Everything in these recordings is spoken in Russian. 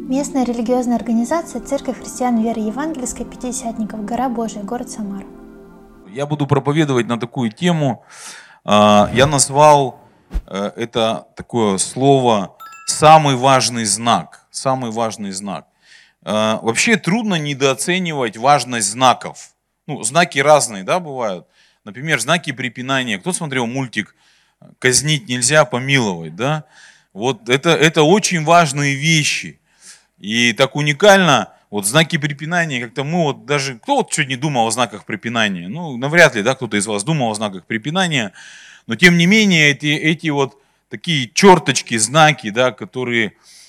Местная религиозная организация «Церковь христиан веры евангельской пятидесятников. Гора Божия. Город Самара». Я буду проповедовать на такую тему. Я назвал это такое слово «самый важный знак». Самый важный знак. Вообще трудно недооценивать важность знаков. Знаки разные, да, бывают. Например, знаки препинания. Кто смотрел мультик «Казнить нельзя, помиловать», да? Вот это очень важные вещи. И так уникально, знаки препинания, как-то мы даже, кто сегодня думал о знаках препинания? Навряд ли, да, кто-то из вас думал о знаках препинания, но тем не менее эти такие черточки, знаки, да, которые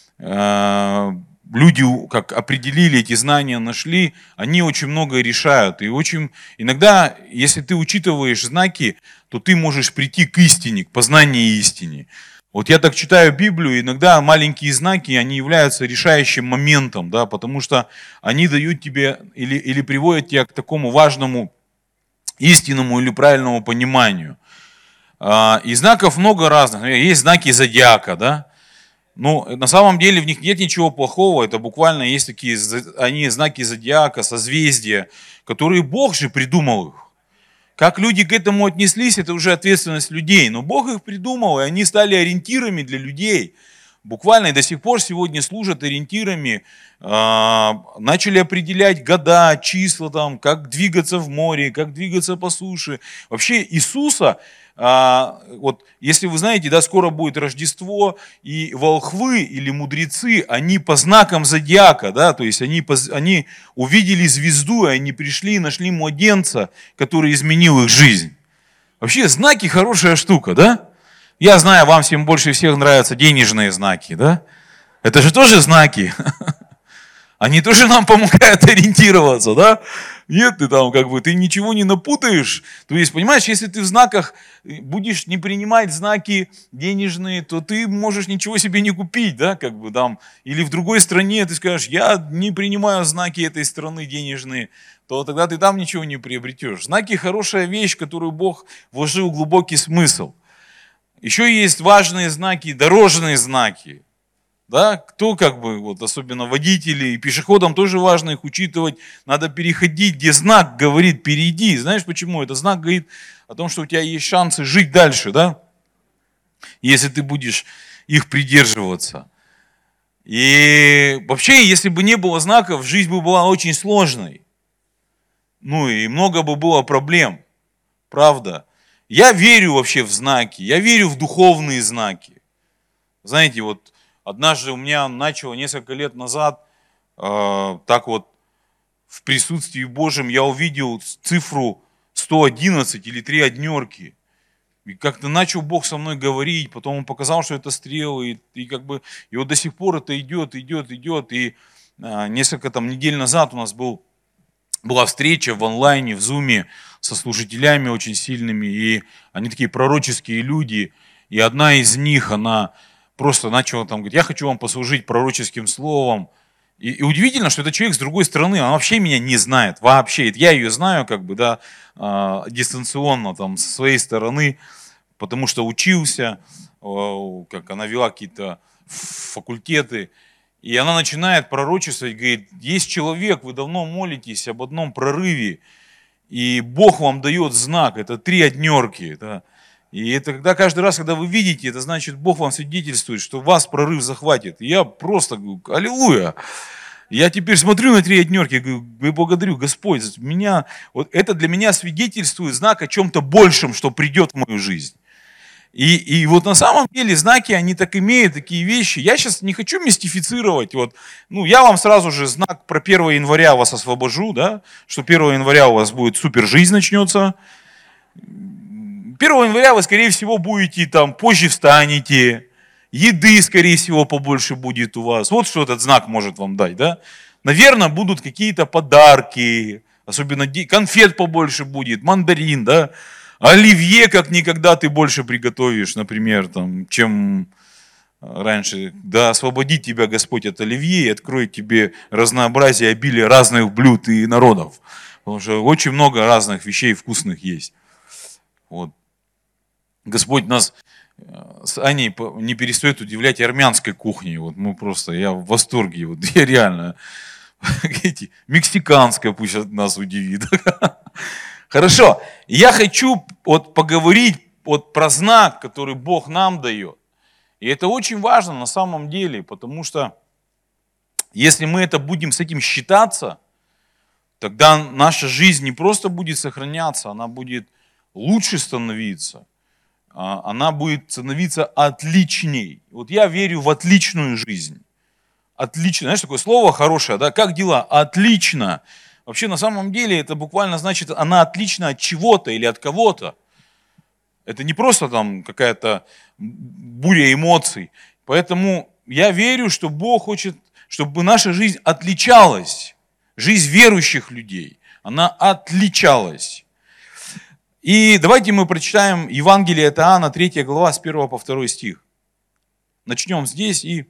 люди как определили, эти знания нашли, они очень многое решают. И очень иногда, если ты учитываешь знаки, то ты можешь прийти к истине, к познанию истины. Я так читаю Библию, иногда маленькие знаки, они являются решающим моментом, да, потому что они дают тебе или приводят тебя к такому важному, истинному или правильному пониманию. И знаков много разных. Есть знаки зодиака, да. На самом деле в них нет ничего плохого, это буквально есть такие они знаки зодиака, созвездия, которые Бог же придумал их. Как люди к этому отнеслись, это уже ответственность людей. Но Бог их придумал, и они стали ориентирами для людей. Буквально и до сих пор сегодня служат ориентирами. Начали определять года, числа, как двигаться в море, как двигаться по суше. Вообще Иисуса, если вы знаете, да, скоро будет Рождество, и волхвы или мудрецы, они по знакам зодиака, да, то есть они увидели звезду, и они пришли и нашли младенца, который изменил их жизнь. Вообще знаки хорошая штука, да? Я знаю, вам всем больше всех нравятся денежные знаки, да? Это же тоже знаки. Они тоже нам помогают ориентироваться, да? Нет, ты ничего не напутаешь. То есть, понимаешь, если ты в знаках будешь не принимать знаки денежные, то ты можешь ничего себе не купить, да, или в другой стране ты скажешь, я не принимаю знаки этой страны денежные, то тогда ты там ничего не приобретешь. Знаки хорошая вещь, в которую Бог вложил глубокий смысл. Еще есть важные знаки, дорожные знаки. Да, кто особенно водители и пешеходам тоже важно их учитывать. Надо переходить, где знак говорит перейди. Знаешь почему? Это знак говорит о том, что у тебя есть шансы жить дальше, да? Если ты будешь их придерживаться. И вообще, если бы не было знаков, жизнь бы была очень сложной. И много бы было проблем. Правда. Я верю вообще в знаки. Я верю в духовные знаки. Знаете, однажды у меня начало несколько лет назад, в присутствии Божьем я увидел цифру 111 или 3 однерки. И как-то начал Бог со мной говорить, потом Он показал, что это стрелы, и до сих пор это идет. И несколько недель назад у нас была встреча в онлайне, в зуме со служителями очень сильными, и они такие пророческие люди, и одна из них, она просто начала говорить, я хочу вам послужить пророческим словом. И удивительно, что это человек с другой стороны, она вообще меня не знает, вообще. Я ее знаю, дистанционно, со своей стороны, потому что учился, она вела какие-то факультеты. И она начинает пророчествовать, говорит, есть человек, вы давно молитесь об одном прорыве, и Бог вам дает знак, это 3 однерки, да. И это каждый раз, когда вы видите, это значит, Бог вам свидетельствует, что вас прорыв захватит. И я просто говорю, аллилуйя. Я теперь смотрю на 3 однерки, говорю, благодарю Господь. Это для меня свидетельствует знак о чем-то большем, что придет в мою жизнь. И на самом деле знаки, они так имеют, такие вещи. Я сейчас не хочу мистифицировать. Я вам сразу же знак про 1 января вас освобожу, да, что 1 января у вас будет супер жизнь начнется. 1 января вы, скорее всего, будете позже встанете, еды, скорее всего, побольше будет у вас. Вот что этот знак может вам дать, да. Наверное, будут какие-то подарки, особенно конфет побольше будет, мандарин, да. Оливье, как никогда ты больше приготовишь, например, чем раньше. Да освободит тебя Господь от оливье и откроет тебе разнообразие, обилие разных блюд и народов. Потому что очень много разных вещей вкусных есть. Господь нас с Аней не перестает удивлять армянской кухней. Вот мы просто, я в восторге. Вот я реально, мексиканская пусть нас удивит. Хорошо, я хочу вот поговорить вот про знак, который Бог нам дает. И это очень важно на самом деле, потому что если мы это будем с этим считаться, тогда наша жизнь не просто будет сохраняться, она будет лучше становиться, она будет становиться отличней. Вот я верю в отличную жизнь. Отлично. Знаешь, такое слово хорошее, да? Как дела? Отлично. Вообще, на самом деле, это буквально значит, она отлична от чего-то или от кого-то. Это не просто там какая-то буря эмоций. Поэтому я верю, что Бог хочет, чтобы наша жизнь отличалась. Жизнь верующих людей, она отличалась. И давайте мы прочитаем Евангелие от Иоанна, 3 глава, с 1 по 2 стих. Начнем здесь и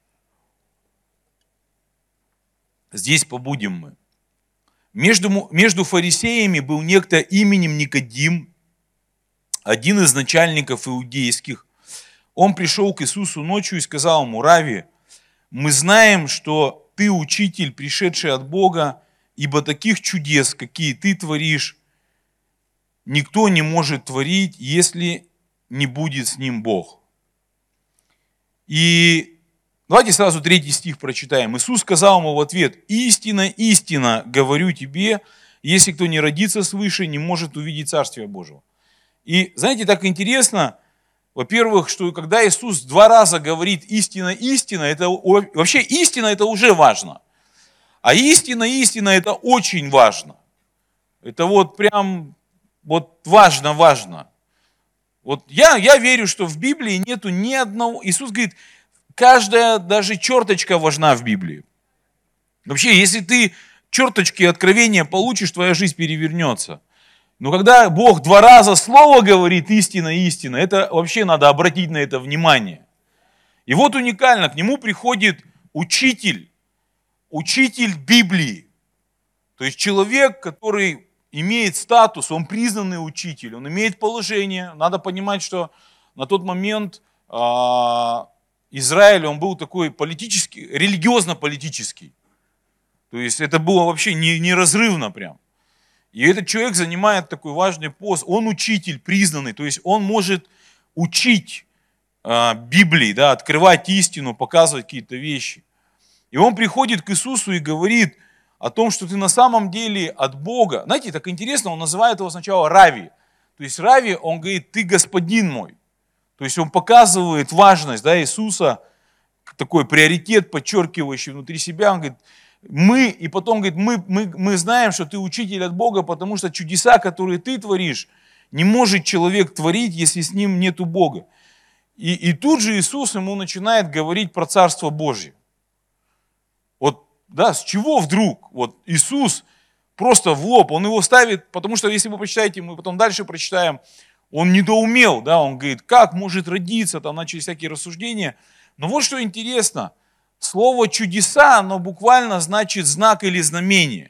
здесь побудем мы. Между фарисеями был некто именем Никодим, один из начальников иудейских. Он пришел к Иисусу ночью и сказал ему: «Рави, мы знаем, что ты учитель, пришедший от Бога, ибо таких чудес, какие ты творишь, никто не может творить, если не будет с ним Бог». И давайте сразу 3 стих прочитаем. Иисус сказал ему в ответ: «Истинно, истинно говорю тебе, если кто не родится свыше, не может увидеть Царствие Божьего». И знаете, так интересно, во-первых, что когда Иисус 2 раза говорит «истина, истина», это вообще истина это уже важно. А истина, истина это очень важно. Это вот прям вот важно. Вот я верю, что в Библии нету ни одного. Иисус говорит, каждая даже черточка важна в Библии. Вообще, если ты черточки откровения получишь, твоя жизнь перевернется. Но когда Бог 2 раза слово говорит «истина, истина», это вообще надо обратить на это внимание. И вот уникально, к нему приходит учитель Библии. То есть человек, который имеет статус, он признанный учитель, он имеет положение. Надо понимать, что на тот момент Израиль, он был такой политический, религиозно-политический. То есть это было вообще неразрывно прям. И этот человек занимает такой важный пост. Он учитель признанный, то есть он может учить Библии, да, открывать истину, показывать какие-то вещи. И он приходит к Иисусу и говорит о том, что ты на самом деле от Бога. Знаете, так интересно, он называет его сначала Рави. То есть Рави, он говорит, ты господин мой. То есть он показывает важность, да, Иисуса, такой приоритет, подчеркивающий внутри себя. Он говорит, и потом говорит, мы знаем, что ты учитель от Бога, потому что чудеса, которые ты творишь, не может человек творить, если с ним нету Бога. И тут же Иисус ему начинает говорить про Царство Божье. Вот, да, с чего вдруг? Вот Иисус просто в лоб, он его ставит, потому что если вы прочитаете, мы потом дальше прочитаем, он недоумел, да, он говорит, как может родиться, там начали всякие рассуждения. Но вот что интересно, слово чудеса, оно буквально значит знак или знамение.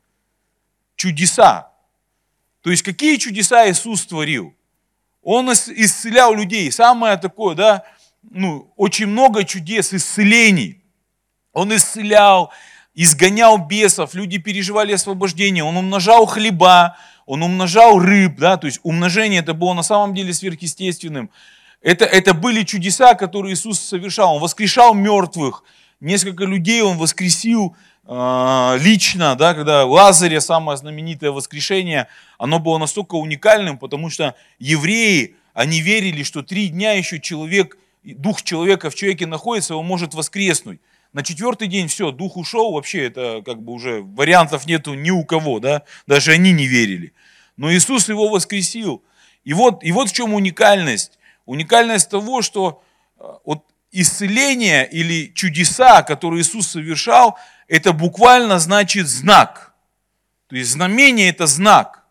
Чудеса. То есть какие чудеса Иисус творил? Он исцелял людей. Самое такое, да, очень много чудес, исцелений. Он исцелял, изгонял бесов, люди переживали освобождение. Он умножал хлеба, он умножал рыб, да, то есть умножение это было на самом деле сверхъестественным. Это были чудеса, которые Иисус совершал. Он воскрешал мертвых. Несколько людей он воскресил лично, да, когда Лазаря, самое знаменитое воскрешение, оно было настолько уникальным, потому что евреи, они верили, что 3 дня еще дух человека в человеке находится, он может воскреснуть. На 4-й день все, дух ушел, вообще это как бы уже вариантов нету ни у кого, да, даже они не верили. Но Иисус его воскресил. И вот в чем уникальность. Уникальность того, что вот исцеление или чудеса, которые Иисус совершал, это буквально значит знак. То есть знамение это знак.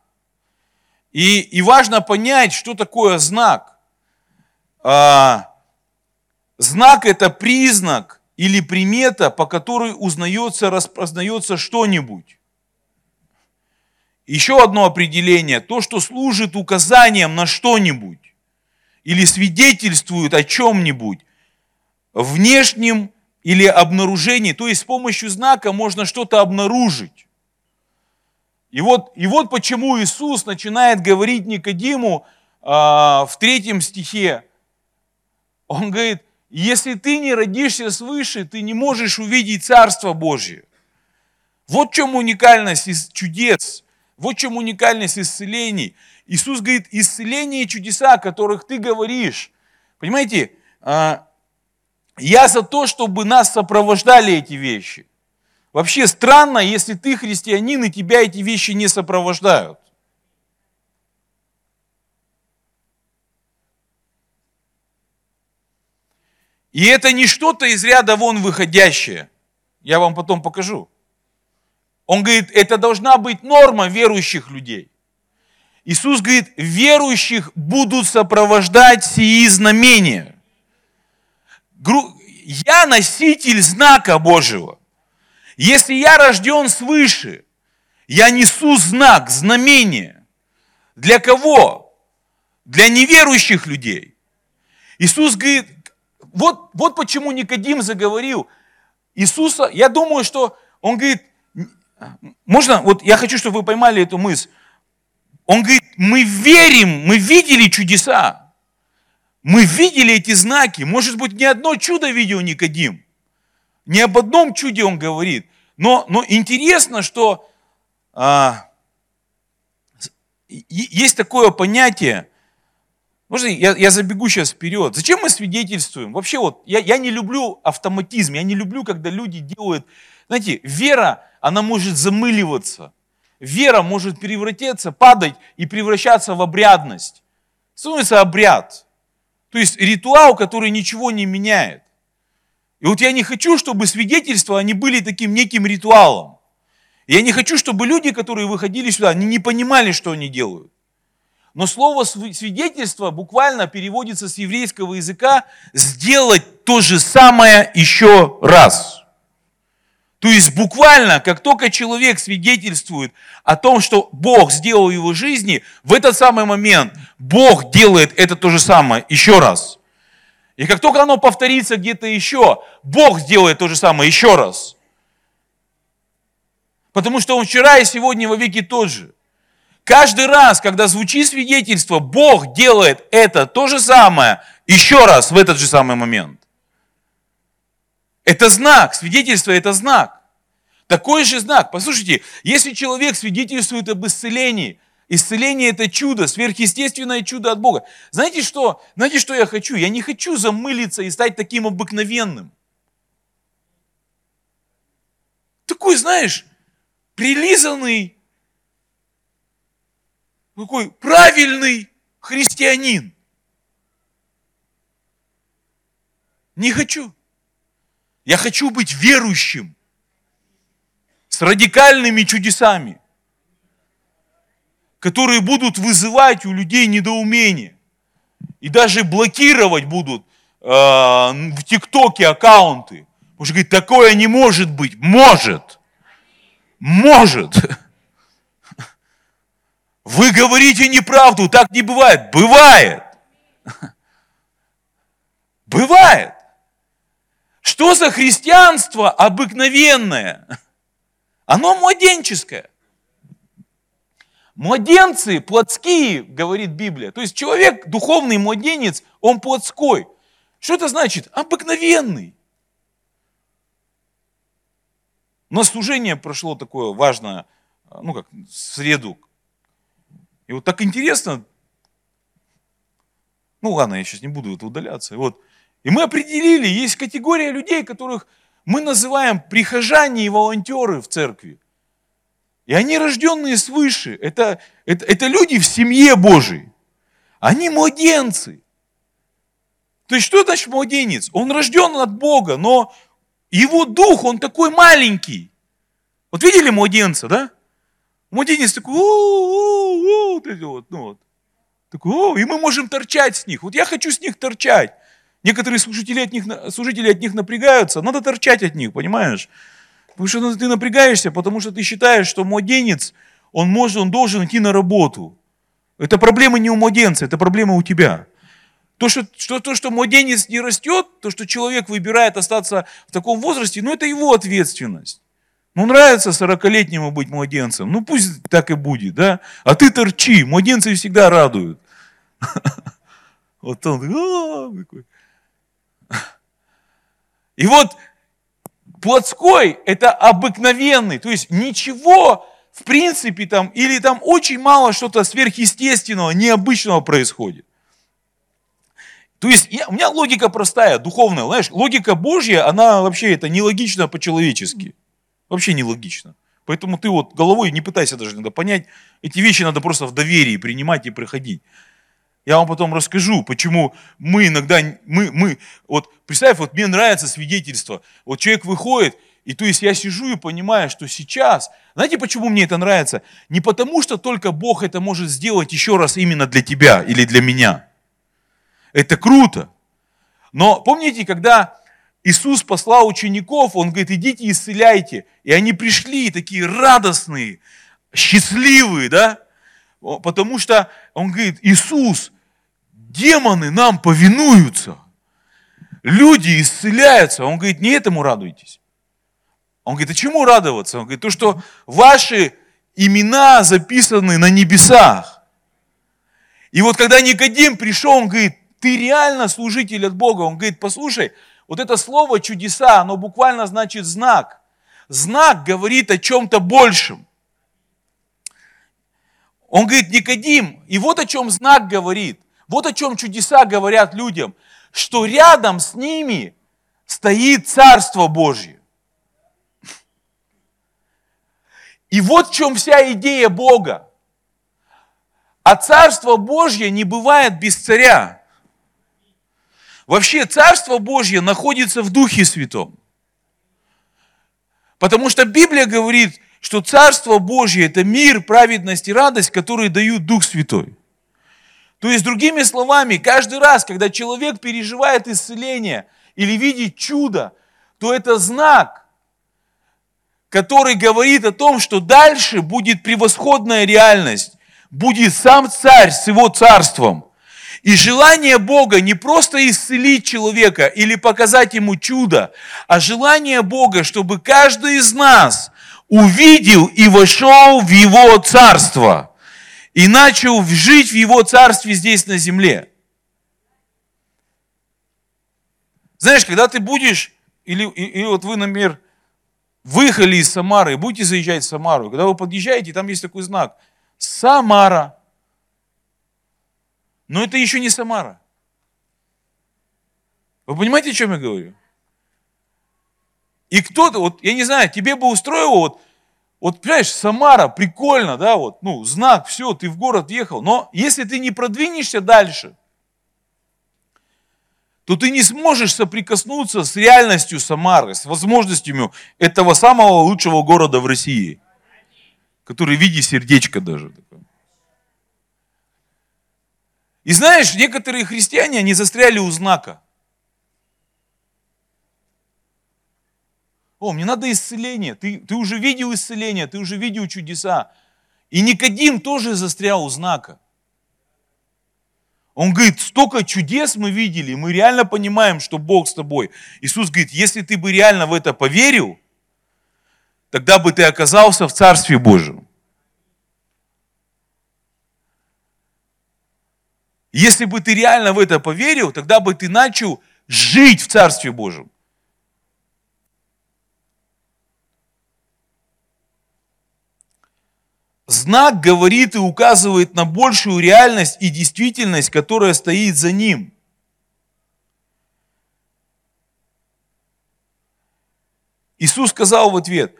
И важно понять, что такое знак. Знак это признак или примета, по которой узнается, распознается что-нибудь. Еще одно определение, то, что служит указанием на что-нибудь. или свидетельствуют о чем-нибудь внешнем или обнаружении, то есть с помощью знака можно что-то обнаружить. И вот почему Иисус начинает говорить Никодиму в 3 стихе. Он говорит, если ты не родишься свыше, ты не можешь увидеть Царство Божие. Вот в чем уникальность чудес, вот в чем уникальность исцелений. Иисус говорит, исцеление и чудеса, о которых ты говоришь. Понимаете, я за то, чтобы нас сопровождали эти вещи. Вообще странно, если ты христианин, и тебя эти вещи не сопровождают. И это не что-то из ряда вон выходящее. Я вам потом покажу. Он говорит, это должна быть норма верующих людей. Иисус говорит, верующих будут сопровождать сии знамения. Я носитель знака Божьего. Если я рожден свыше, я несу знак, знамение. Для кого? Для неверующих людей. Иисус говорит, вот почему Никодим заговорил. Иисуса, я думаю, что он говорит, можно, вот я хочу, чтобы вы поймали эту мысль. Он говорит, мы верим, мы видели чудеса. Мы видели эти знаки. Может быть, не одно чудо видел Никодим. Не об одном чуде он говорит. Но интересно, что есть такое понятие. Можно я забегу сейчас вперед? Зачем мы свидетельствуем? Вообще вот я не люблю автоматизм, я не люблю, когда люди делают. Знаете, вера, она может замыливаться. Вера может превратиться, падать и превращаться в обрядность. Становится обряд. То есть ритуал, который ничего не меняет. И вот я не хочу, чтобы свидетельства, они были таким неким ритуалом. Я не хочу, чтобы люди, которые выходили сюда, они не понимали, что они делают. Но слово свидетельство буквально переводится с еврейского языка «сделать то же самое еще раз». То есть буквально, как только человек свидетельствует о том, что Бог сделал в его жизни, в этот самый момент Бог делает это то же самое еще раз. И как только оно повторится где-то еще, Бог сделает то же самое еще раз. Потому что Он вчера и сегодня во веки тот же. Каждый раз, когда звучит свидетельство, Бог делает это то же самое еще раз в этот же самый момент. Это знак, свидетельство это знак. Такой же знак. Послушайте, если человек свидетельствует об исцелении, исцеление это чудо, сверхъестественное чудо от Бога. Знаете, что я хочу? Я не хочу замылиться и стать таким обыкновенным. Такой, знаешь, прилизанный, такой правильный христианин. Не хочу. Я хочу быть верующим, с радикальными чудесами, которые будут вызывать у людей недоумение. И даже блокировать будут в ТикТоке аккаунты. Потому что говорит, такое не может быть. Может. Может. Вы говорите неправду, так не бывает. Бывает. Бывает. Что за христианство обыкновенное? Оно младенческое. Младенцы плотские, говорит Библия. То есть человек, духовный младенец, он плотской. Что это значит? Обыкновенный. У нас служение прошло такое важное, в среду. И вот так интересно. Ладно, я сейчас не буду это удаляться. И мы определили, есть категория людей, которых мы называем прихожане и волонтеры в церкви. И они рожденные свыше. Это люди в семье Божией. Они младенцы. То есть что значит младенец? Он рожден от Бога, но его дух, он такой маленький. Вот видели младенца, да? Младенец такой, такой, и мы можем торчать с них. Вот я хочу с них торчать. Некоторые служители от них напрягаются, надо торчать от них, понимаешь? Потому что ты напрягаешься, потому что ты считаешь, что младенец, он должен идти на работу. Это проблема не у младенца, это проблема у тебя. То, что младенец не растет, то, что человек выбирает остаться в таком возрасте, это его ответственность. Нравится 40-летнему быть младенцем, пусть так и будет, да? А ты торчи, младенцы всегда радуют. Вот он такой. И вот плотской – это обыкновенный, то есть ничего, в принципе, или там очень мало что-то сверхъестественного, необычного происходит. То есть у меня логика простая, духовная, знаешь, логика Божья, она вообще это нелогично по-человечески. Вообще нелогично. Поэтому ты головой не пытайся даже иногда понять, эти вещи надо просто в доверии принимать и проходить. Я вам потом расскажу, почему мы иногда, представь, мне нравится свидетельство. Человек выходит, и то есть я сижу и понимаю, что сейчас, знаете, почему мне это нравится? Не потому, что только Бог это может сделать еще раз именно для тебя или для меня. Это круто. Но помните, когда Иисус послал учеников, Он говорит, идите исцеляйте. И они пришли такие радостные, счастливые, да? Потому что Он говорит, Иисус, демоны нам повинуются. Люди исцеляются. Он говорит, не этому радуйтесь. Он говорит, а чему радоваться? Он говорит, то, что ваши имена записаны на небесах. И когда Никодим пришел, он говорит, ты реально служитель от Бога. Он говорит, послушай, это слово чудеса, оно буквально значит знак. Знак говорит о чем-то большем. Он говорит, Никодим, и вот о чем знак говорит. Вот о чем чудеса говорят людям, что рядом с ними стоит Царство Божье. И вот в чем вся идея Бога. А Царство Божье не бывает без царя. Вообще Царство Божье находится в Духе Святом. Потому что Библия говорит, что Царство Божье – это мир, праведность и радость, которые дают Дух Святой. То есть, другими словами, каждый раз, когда человек переживает исцеление или видит чудо, то это знак, который говорит о том, что дальше будет превосходная реальность, будет сам царь с его царством. И желание Бога не просто исцелить человека или показать ему чудо, а желание Бога, чтобы каждый из нас увидел и вошел в Его Царство и начал жить в Его Царстве здесь на земле. Знаешь, когда ты будешь, или вы, например, выехали из Самары и будете заезжать в Самару, когда вы подъезжаете, там есть такой знак «Самара». Но это еще не Самара. Вы понимаете, о чем я говорю? И кто-то, я не знаю, тебе бы устроило, понимаешь, Самара, прикольно, да, знак, все, ты в город ехал. Но если ты не продвинешься дальше, то ты не сможешь соприкоснуться с реальностью Самары, с возможностями этого самого лучшего города в России, который в виде сердечка даже. И знаешь, некоторые христиане, они застряли у знака. Мне надо исцеление. Ты уже видел исцеление, ты уже видел чудеса. И Никодим тоже застрял у знака. Он говорит, столько чудес мы видели, мы реально понимаем, что Бог с тобой. Иисус говорит, если ты бы реально в это поверил, тогда бы ты оказался в Царстве Божьем. Если бы ты реально в это поверил, тогда бы ты начал жить в Царстве Божьем. Знак говорит и указывает на большую реальность и действительность, которая стоит за ним. Иисус сказал в ответ,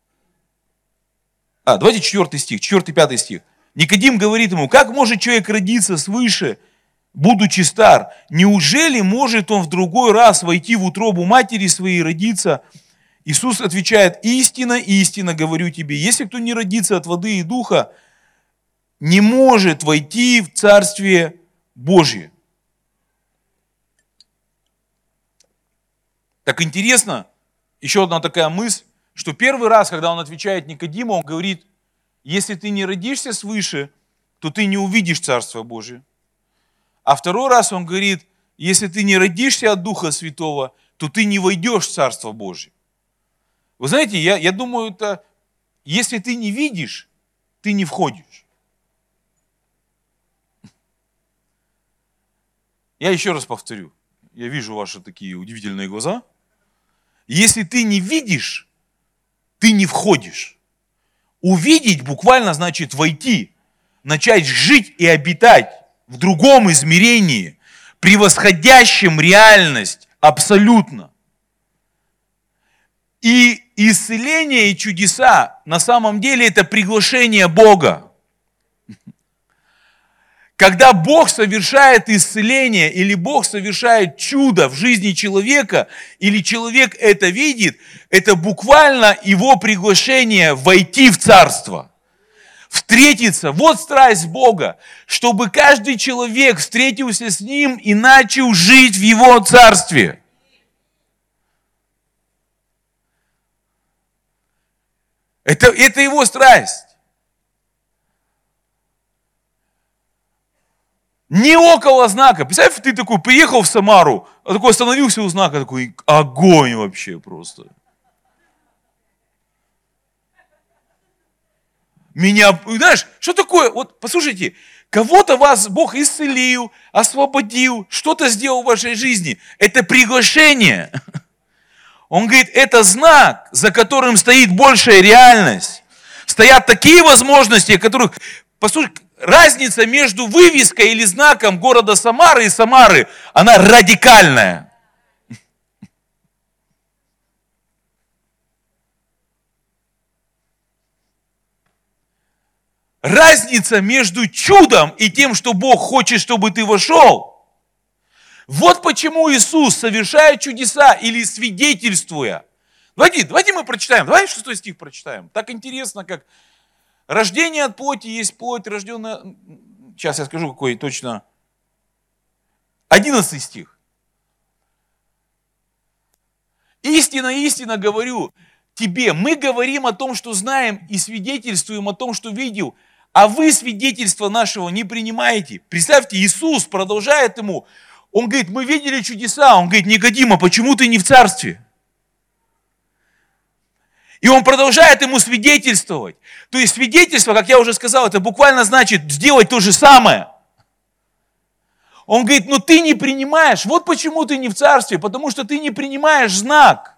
давайте 4 стих, 4-5 стих. Никодим говорит ему, как может человек родиться свыше, будучи стар? Неужели может он в другой раз войти в утробу матери своей и родиться? Иисус отвечает, истинно, истинно говорю тебе, если кто не родится от воды и духа, не может войти в Царствие Божье. Так интересно, еще одна такая мысль, что первый раз, когда он отвечает Никодиму, он говорит, если ты не родишься свыше, то ты не увидишь Царство Божие. А второй раз он говорит, если ты не родишься от Духа Святого, то ты не войдешь в Царство Божие. Вы знаете, я думаю, это, если ты не видишь, ты не входишь. Я еще раз повторю. Я вижу ваши такие удивительные глаза. Если ты не видишь, ты не входишь. Увидеть буквально значит войти, начать жить и обитать в другом измерении, превосходящем реальность абсолютно. И исцеление и чудеса на самом деле это приглашение Бога. Когда Бог совершает исцеление или Бог совершает чудо в жизни человека, или человек это видит, это буквально его приглашение войти в Царство, встретиться. Вот страсть Бога, чтобы каждый человек встретился с Ним и начал жить в Его Царстве. Это Его страсть. Не около знака. Представь, ты такой приехал в Самару, а такой остановился у знака, такой огонь вообще просто. Меня, знаешь, что такое? Вот послушайте, кого-то вас Бог исцелил, освободил, что-то сделал в вашей жизни. Это приглашение. Он говорит, это знак, за которым стоит большая реальность. Стоят такие возможности, которых, послушайте, разница между вывеской или знаком города Самары и Самары, она радикальная. Разница между чудом и тем, что Бог хочет, чтобы ты вошел. Вот почему Иисус, совершая чудеса или свидетельствуя. Давайте мы прочитаем. Давай 6 стих прочитаем. Так интересно, как рождение от плоти есть плоть, рожденная... Сейчас я скажу, какой точно. 11 стих. Истинно, истинно говорю тебе, мы говорим о том, что знаем, и свидетельствуем о том, что видел, а вы свидетельства нашего не принимаете. Представьте, Иисус продолжает ему, он говорит, мы видели чудеса, он говорит, Никодим, а почему ты не в царстве? И он продолжает ему свидетельствовать. То есть свидетельство, как я уже сказал, это буквально значит сделать то же самое. Он говорит, но ты не принимаешь. Вот почему ты не в царстве, потому что ты не принимаешь знак.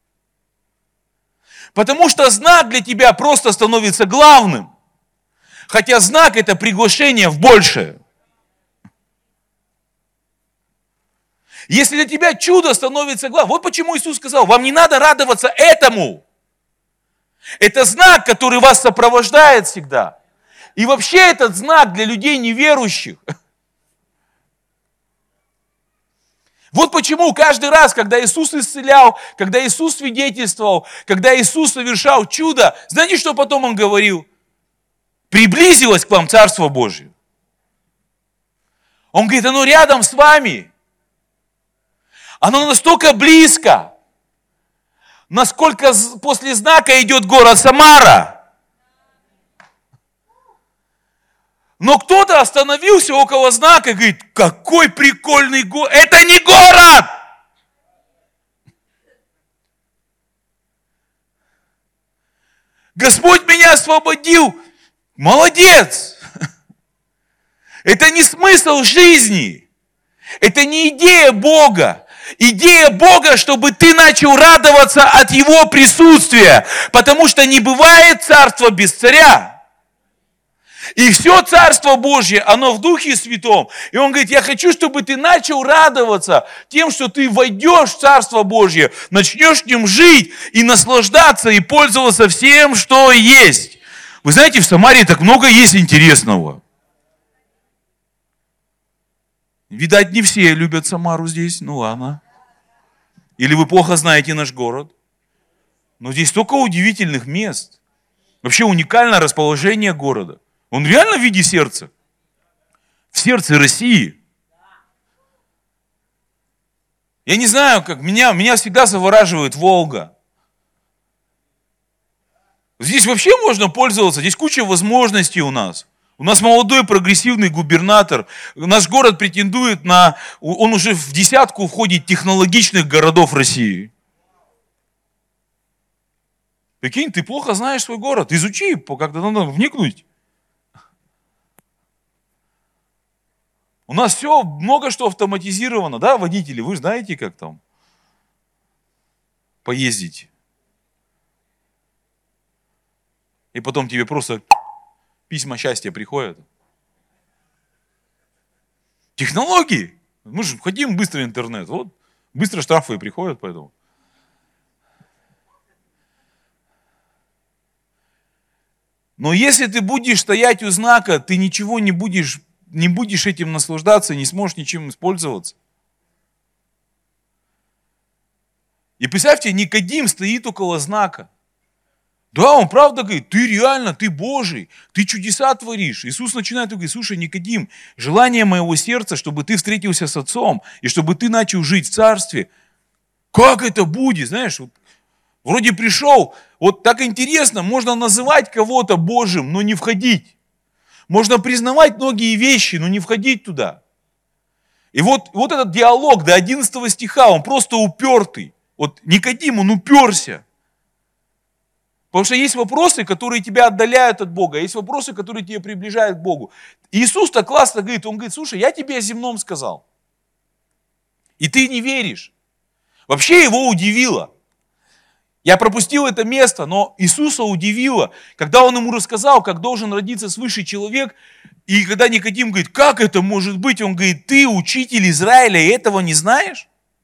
Потому что знак для тебя просто становится главным. Хотя знак это приглашение в большее. Если для тебя чудо становится главным, вот почему Иисус сказал, вам не надо радоваться этому. Это знак, который вас сопровождает всегда. И вообще этот знак для людей неверующих. Вот почему каждый раз, когда Иисус исцелял, когда Иисус свидетельствовал, когда Иисус совершал чудо, знаете, что потом Он говорил? Приблизилось к вам Царство Божие. Он говорит, оно рядом с вами. Оно настолько близко, насколько после знака идет город Самара. Но кто-то остановился около знака и говорит, какой прикольный город. Это не город! Господь меня освободил. Молодец! Это не смысл жизни. Это не идея Бога. Идея Бога, чтобы ты начал радоваться от Его присутствия. Потому что не бывает царства без царя. И все Царство Божье, оно в Духе Святом. И Он говорит, я хочу, чтобы ты начал радоваться тем, что ты войдешь в Царство Божье, начнешь в нем жить и наслаждаться, и пользоваться всем, что есть. Вы знаете, в Самаре так много есть интересного. Видать, не все любят Самару здесь, ну ладно. Или вы плохо знаете наш город. Но здесь столько удивительных мест. Вообще уникальное расположение города. Он реально в виде сердца. В сердце России. Я не знаю, как меня всегда завораживает Волга. Здесь вообще можно пользоваться, здесь куча возможностей у нас. У нас молодой прогрессивный губернатор. Наш город претендует он уже в десятку входит технологичных городов России. Прикинь, ты плохо знаешь свой город. Изучи, как-то надо вникнуть. У нас все, много что автоматизировано, да, водители? Вы же знаете, как там поездить. И потом тебе просто письма счастья приходят. Технологии. Мы же хотим быстро интернет. Вот, быстро штрафы приходят поэтому. Но если ты будешь стоять у знака, ты ничего не будешь этим наслаждаться, не сможешь ничем использоваться. И представьте, Никодим стоит около знака. Да, он правда говорит, ты реально, ты Божий, ты чудеса творишь. Иисус начинает говорить, слушай, Никодим, желание моего сердца, чтобы ты встретился с Отцом, и чтобы ты начал жить в Царстве. Как это будет, знаешь, вот, вроде пришел, вот так интересно, можно называть кого-то Божьим, но не входить. Можно признавать многие вещи, но не входить туда. И вот этот диалог до 11 стиха, он просто упертый. Вот Никодим, он уперся. Потому что есть вопросы, которые тебя отдаляют от Бога, есть вопросы, которые тебя приближают к Богу. И Иисус так классно говорит, он говорит, слушай, я тебе о земном сказал. И ты не веришь. Вообще его удивило. Я пропустил это место, но Иисуса удивило, когда он ему рассказал, как должен родиться свыше человек, и когда Никодим говорит, как это может быть? Он говорит, ты учитель Израиля, и этого не знаешь?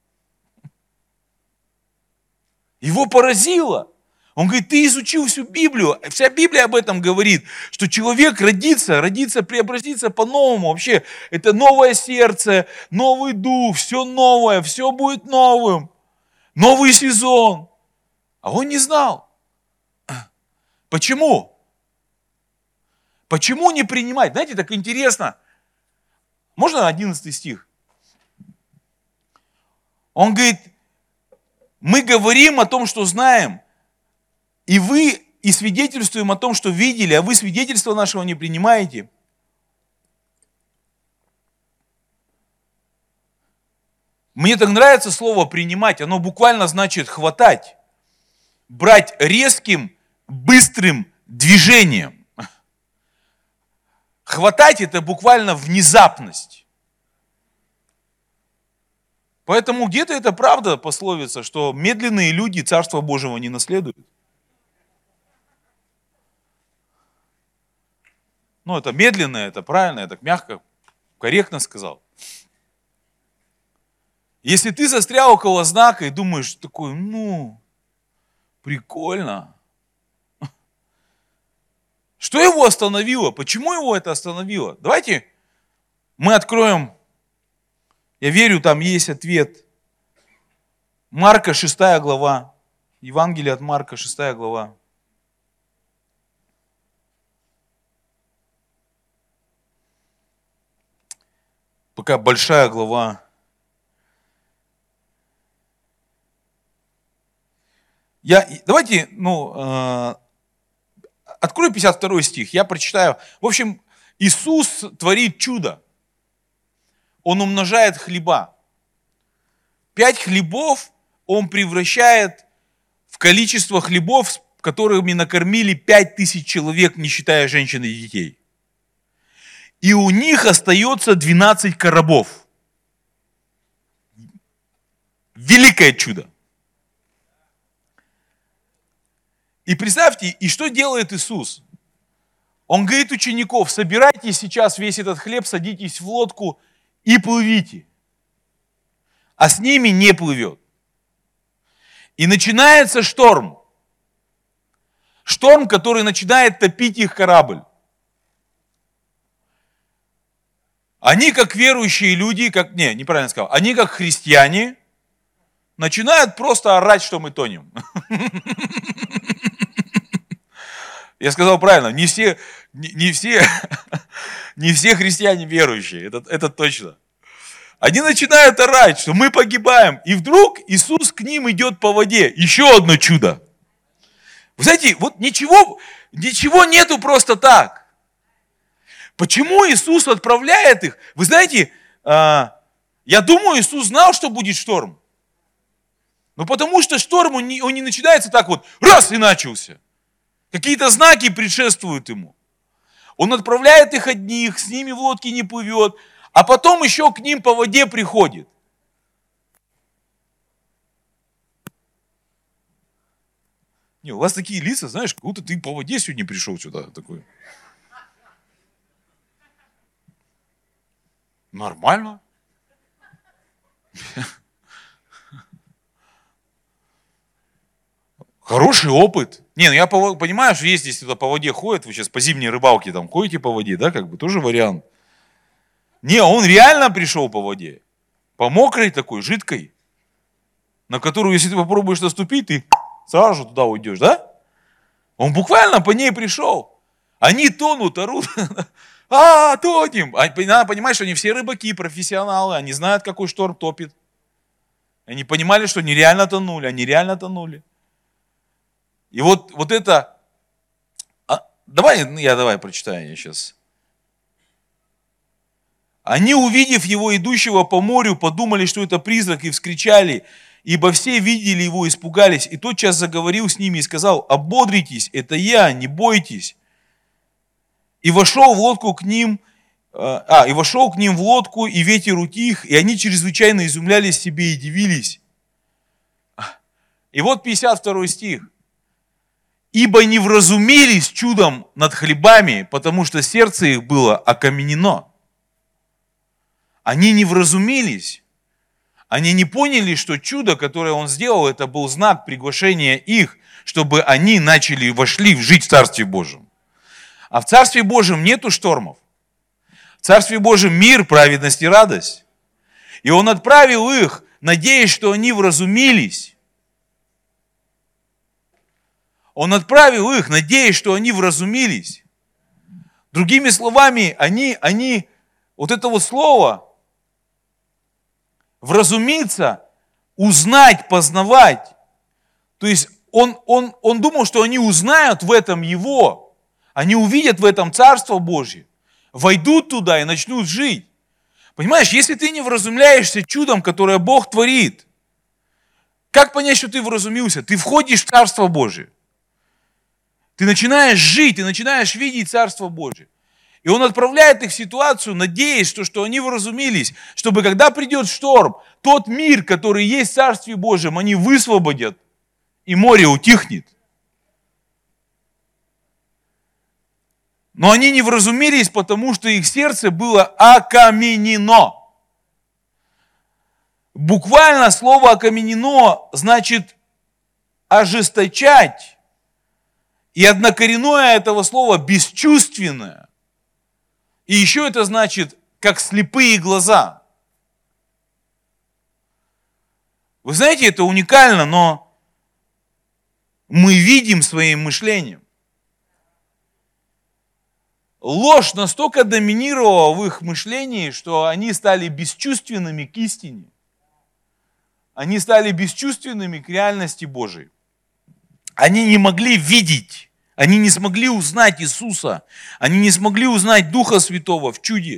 Его поразило. Он говорит, ты изучил всю Библию, вся Библия об этом говорит, что человек родится, преобразится по-новому. Вообще, это новое сердце, новый дух, все новое, все будет новым. Новый сезон. А он не знал. Почему? Почему не принимать? Знаете, так интересно. Можно 11 стих? Он говорит, мы говорим о том, что знаем, и свидетельствуем о том, что видели, а вы свидетельства нашего не принимаете. Мне так нравится слово «принимать», оно буквально значит «хватать», брать резким, быстрым движением. Хватать – это буквально внезапность. Поэтому где-то это правда пословица, что медленные люди Царства Божьего не наследуют. Ну, это медленно, это правильно, я так мягко, корректно сказал. Если ты застрял около знака и думаешь, такой, прикольно. Что его остановило? Почему его это остановило? Давайте мы откроем, я верю, там есть ответ. Марка 6 глава, Евангелие от Марка 6 глава. Пока большая глава. Давайте, открой 52 стих, я прочитаю. В общем, Иисус творит чудо. Он умножает хлеба. 5 хлебов Он превращает в количество хлебов, которыми накормили 5000 человек, не считая женщин и детей. И у них остается 12 коробов. Великое чудо. И представьте, и что делает Иисус? Он говорит учеников, собирайте сейчас весь этот хлеб, садитесь в лодку и плывите. А с ними не плывет. И начинается шторм. Шторм, который начинает топить их корабль. Они, как верующие люди, неправильно сказал, они, как христиане, начинают просто орать, что мы тонем. Я сказал правильно, не все христиане верующие, это точно. Они начинают орать, что мы погибаем. И вдруг Иисус к ним идет по воде. Еще одно чудо. Вы знаете, вот ничего нету просто так. Почему Иисус отправляет их? Вы знаете, я думаю, Иисус знал, что будет шторм. Но потому что шторм, он не начинается так вот, раз и начался. Какие-то знаки предшествуют ему. Он отправляет их одних, с ними в лодке не плывет, а потом еще к ним по воде приходит. Не, у вас такие лица, знаешь, как будто ты по воде сегодня пришел сюда такой. Нормально. Хороший опыт. Не, ну я понимаю, что есть, если туда по воде ходят, вы сейчас по зимней рыбалке там ходите по воде, да, как бы тоже вариант. Не, он реально пришел по воде. По мокрой такой, жидкой, на которую, если ты попробуешь наступить, ты сразу же туда уйдешь, да? Он буквально по ней пришел. Они тонут, орут. Тонем. Надо понимать, что они все рыбаки, профессионалы, они знают, какой шторм топит. Они понимали, что они реально тонули. И вот это... Давай прочитаю я сейчас. Они, увидев его, идущего по морю, подумали, что это призрак, и вскричали, ибо все видели его, испугались. И тотчас заговорил с ними и сказал: ободритесь, это я, не бойтесь. И вошел в лодку к ним, в лодку, и ветер утих, и они чрезвычайно изумлялись себе и дивились. И вот 52 стих. Ибо не вразумились чудом над хлебами, потому что сердце их было окаменено. Они не вразумились. Они не поняли, что чудо, которое он сделал, это был знак приглашения их, чтобы они вошли жить в Царстве Божьем. А в Царстве Божьем нету штормов. В Царстве Божьем мир, праведность и радость. И он отправил их, надеясь, что они вразумились. Он отправил их, надеясь, что они вразумились. Другими словами, они вот это вот слово вразумиться, узнать, познавать. То есть он думал, что они узнают в этом его, они увидят в этом Царство Божье, войдут туда и начнут жить. Понимаешь, если ты не вразумляешься чудом, которое Бог творит, как понять, что ты вразумился? Ты входишь в Царство Божие. Ты начинаешь жить, ты начинаешь видеть Царство Божие. И он отправляет их в ситуацию, надеясь, что они вразумились, чтобы когда придет шторм, тот мир, который есть в Царстве Божьем, они высвободят, и море утихнет. Но они не вразумились, потому что их сердце было окаменено. Буквально слово окаменено значит ожесточать. И однокоренное этого слова бесчувственное. И еще это значит, как слепые глаза. Вы знаете, это уникально, но мы видим своим мышлением. Ложь настолько доминировала в их мышлении, что они стали бесчувственными к истине. Они стали бесчувственными к реальности Божией. Они не могли видеть, они не смогли узнать Иисуса, они не смогли узнать Духа Святого в чуде.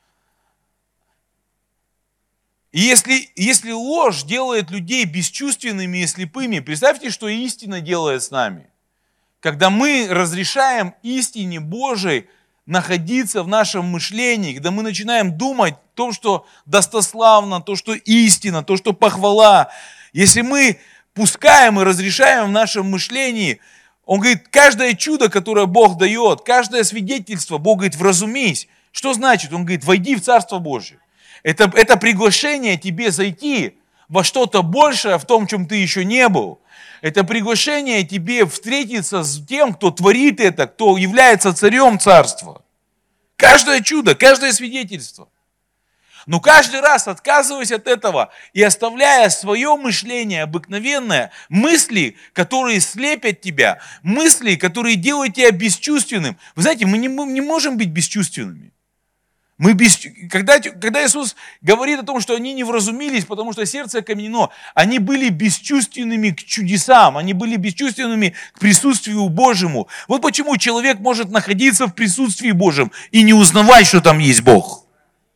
И если ложь делает людей бесчувственными и слепыми, представьте, что истина делает с нами. Когда мы разрешаем истине Божией находиться в нашем мышлении, когда мы начинаем думать то, что достославно, то, что истина, то, что похвала, если мы пускаем и разрешаем в нашем мышлении, он говорит, каждое чудо, которое Бог дает, каждое свидетельство, Бог говорит, вразумись. Что значит? Он говорит, войди в Царство Божие. Это приглашение тебе зайти во что-то большее, в том, чем ты еще не был. Это приглашение тебе встретиться с тем, кто творит это, кто является царем царства. Каждое чудо, каждое свидетельство. Но каждый раз, отказываясь от этого и оставляя свое мышление обыкновенное, мысли, которые слепят тебя, мысли, которые делают тебя бесчувственным. Вы знаете, мы не можем быть бесчувственными. Когда Иисус говорит о том, что они не вразумились, потому что сердце окаменено, они были бесчувственными к чудесам, они были бесчувственными к присутствию Божьему. Вот почему человек может находиться в присутствии Божьем и не узнавать, что там есть Бог.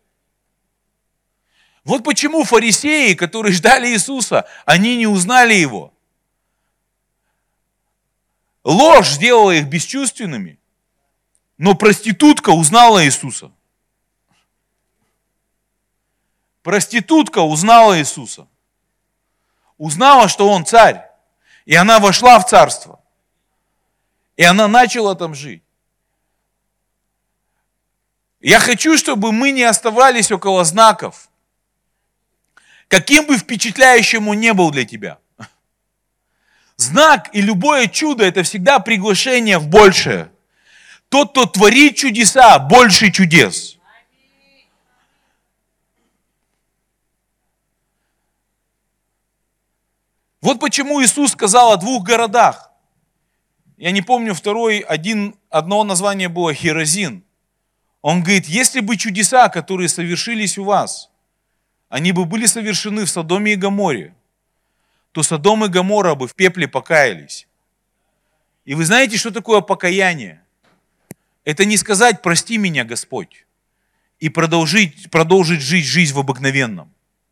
Вот почему фарисеи, которые ждали Иисуса, они не узнали Его. Ложь сделала их бесчувственными, но проститутка узнала Иисуса. Проститутка узнала Иисуса. Узнала, что Он царь. И она вошла в царство. И она начала там жить. Я хочу, чтобы мы не оставались около знаков. Каким бы впечатляющим он не был для тебя. Знак и любое чудо – это всегда приглашение в большее. Тот, кто творит чудеса, больше чудес. Вот почему Иисус сказал о 2 городах. Я не помню, одно название было Херазин. Он говорит, если бы чудеса, которые совершились у вас, они бы были совершены в Содоме и Гоморе, то Содом и Гоморра бы в пепле покаялись. И вы знаете, что такое покаяние? Это не сказать «прости меня, Господь» и продолжить жить жизнь в обыкновенном.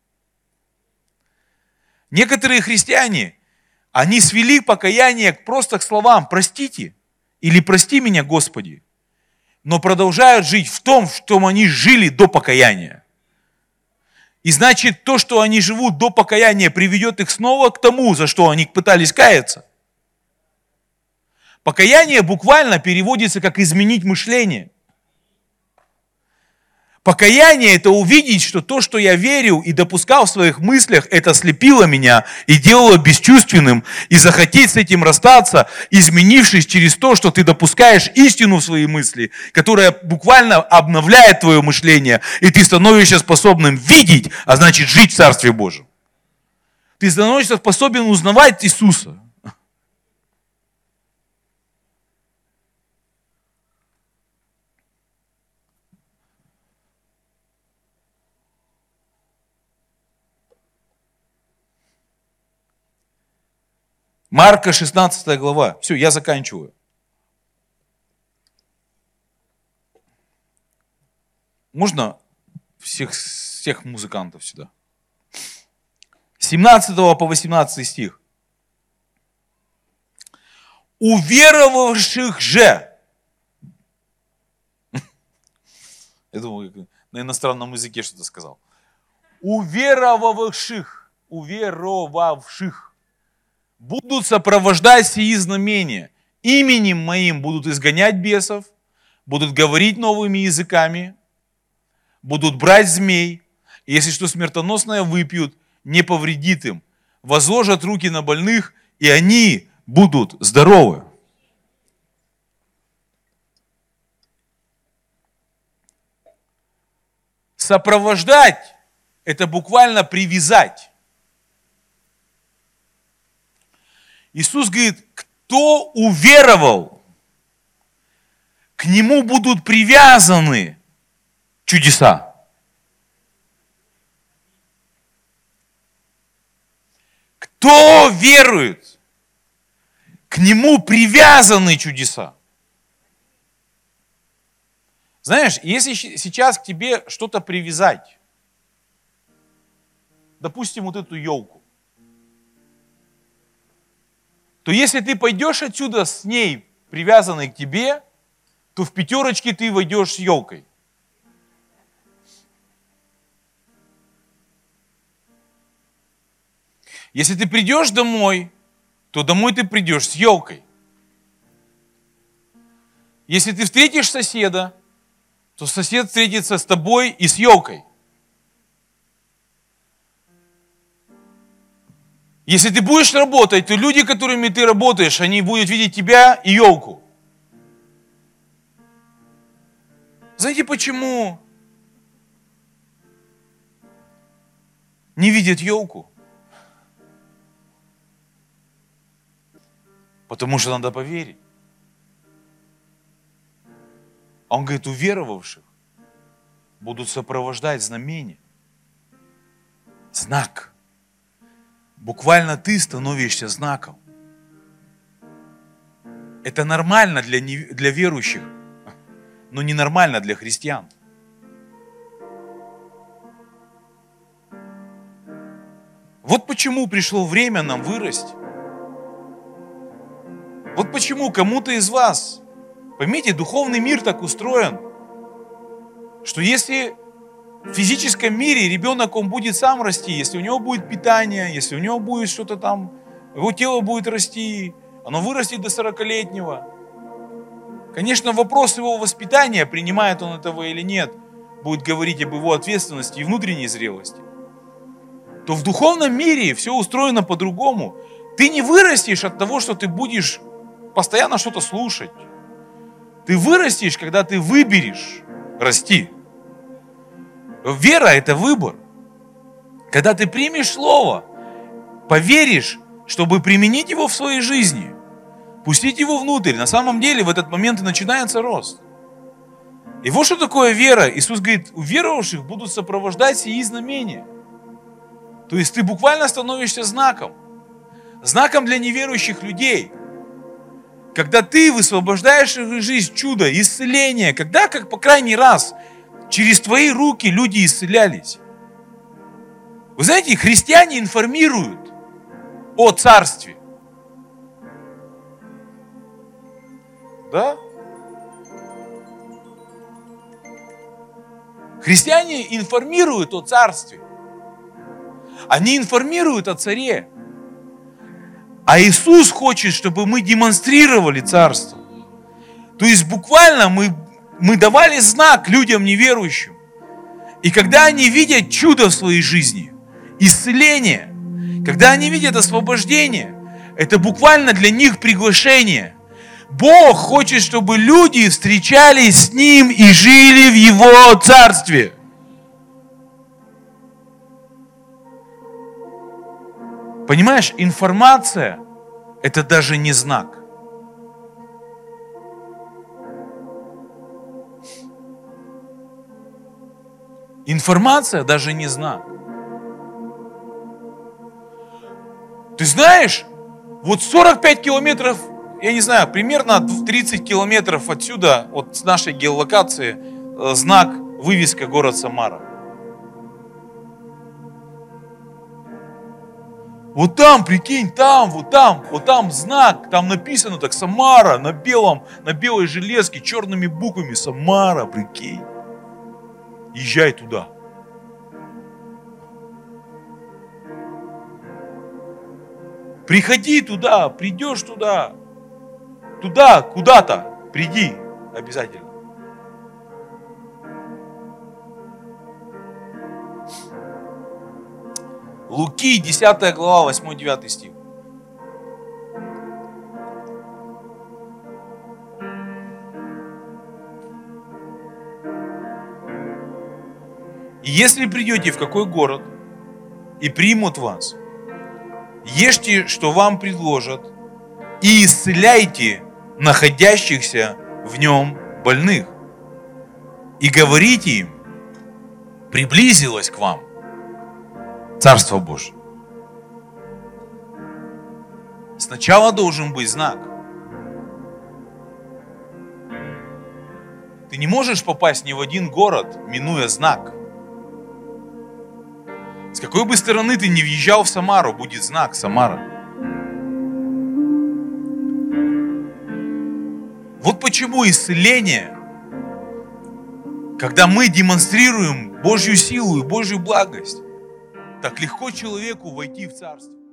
Некоторые христиане, они свели покаяние просто к словам «простите» или «прости меня, Господи», но продолжают жить в том, в чем они жили до покаяния. И значит, то, что они живут до покаяния, приведет их снова к тому, за что они пытались каяться. Покаяние буквально переводится как «изменить мышление». Покаяние – это увидеть, что то, что я верю и допускал в своих мыслях, это слепило меня и делало бесчувственным, и захотеть с этим расстаться, изменившись через то, что ты допускаешь истину в свои мысли, которая буквально обновляет твое мышление, и ты становишься способным видеть, а значит жить в Царстве Божьем. Ты становишься способен узнавать Иисуса. Марка 16 глава. Все, я заканчиваю. Можно всех музыкантов сюда? 17 по 18 стих. Уверовавших же. Я думаю, на иностранном языке что-то сказал. Уверовавших будут сопровождать сии знамения. Именем моим будут изгонять бесов, будут говорить новыми языками, будут брать змей, и если что смертоносное выпьют, не повредит им. Возложат руки на больных, и они будут здоровы. Сопровождать – это буквально привязать. Иисус говорит, кто уверовал, к нему будут привязаны чудеса. Кто верует, к нему привязаны чудеса. Знаешь, если сейчас к тебе что-то привязать, допустим, вот эту елку, то если ты пойдешь отсюда с ней, привязанной к тебе, то в 5 ты войдешь с елкой. Если ты придешь домой, то домой ты придешь с елкой. Если ты встретишь соседа, то сосед встретится с тобой и с елкой. Если ты будешь работать, то люди, которыми ты работаешь, они будут видеть тебя и елку. Знаете, почему не видят елку? Потому что надо поверить. А он говорит, уверовавших. будут сопровождать знамения. Знак. Буквально ты становишься знаком. Это нормально для верующих, но ненормально для христиан. Вот почему пришло время нам вырасти. Вот почему кому-то из вас, поймите, духовный мир так устроен, что если в физическом мире ребенок, он будет сам расти, если у него будет питание, если у него будет что-то там, его тело будет расти, оно вырастет до 40-летнего. Конечно, вопрос его воспитания, принимает он этого или нет, будет говорить об его ответственности и внутренней зрелости. То в духовном мире все устроено по-другому. Ты не вырастешь от того, что ты будешь постоянно что-то слушать. Ты вырастешь, когда ты выберешь расти. Вера – это выбор. Когда ты примешь слово, поверишь, чтобы применить его в своей жизни, пустить его внутрь, на самом деле в этот момент и начинается рост. И вот что такое вера. Иисус говорит, у верующих будут сопровождать сии знамения. То есть ты буквально становишься знаком. Знаком для неверующих людей. Когда ты высвобождаешь их жизнь, чудо, исцеление. Когда, как по крайний раз, через твои руки люди исцелялись. Вы знаете, христиане информируют о царстве. Да? Христиане информируют о царстве. Они информируют о царе. А Иисус хочет, чтобы мы демонстрировали царство. То есть буквально мы давали знак людям неверующим. И когда они видят чудо в своей жизни, исцеление, когда они видят освобождение, это буквально для них приглашение. Бог хочет, чтобы люди встречались с Ним и жили в Его царстве. Понимаешь, информация – это даже не знак. Информация даже не знак. Ты знаешь, вот 45 километров, я не знаю, примерно 30 километров отсюда, от с нашей геолокации, знак, вывеска город Самара. Вот там, прикинь, там, вот там знак, там написано так Самара, на белой железке, черными буквами Самара, прикинь. Езжай туда. Приходи туда, придешь туда, куда-то, приди обязательно. Луки, 10 глава, 8-9 стих. И если придете в какой город и примут вас, ешьте, что вам предложат, и исцеляйте находящихся в нем больных. И говорите им, приблизилось к вам Царство Божие. Сначала должен быть знак. Ты не можешь попасть ни в один город, минуя знак. С какой бы стороны ты ни въезжал в Самару, будет знак Самара. Вот почему исцеление, когда мы демонстрируем Божью силу и Божью благость, так легко человеку войти в Царство.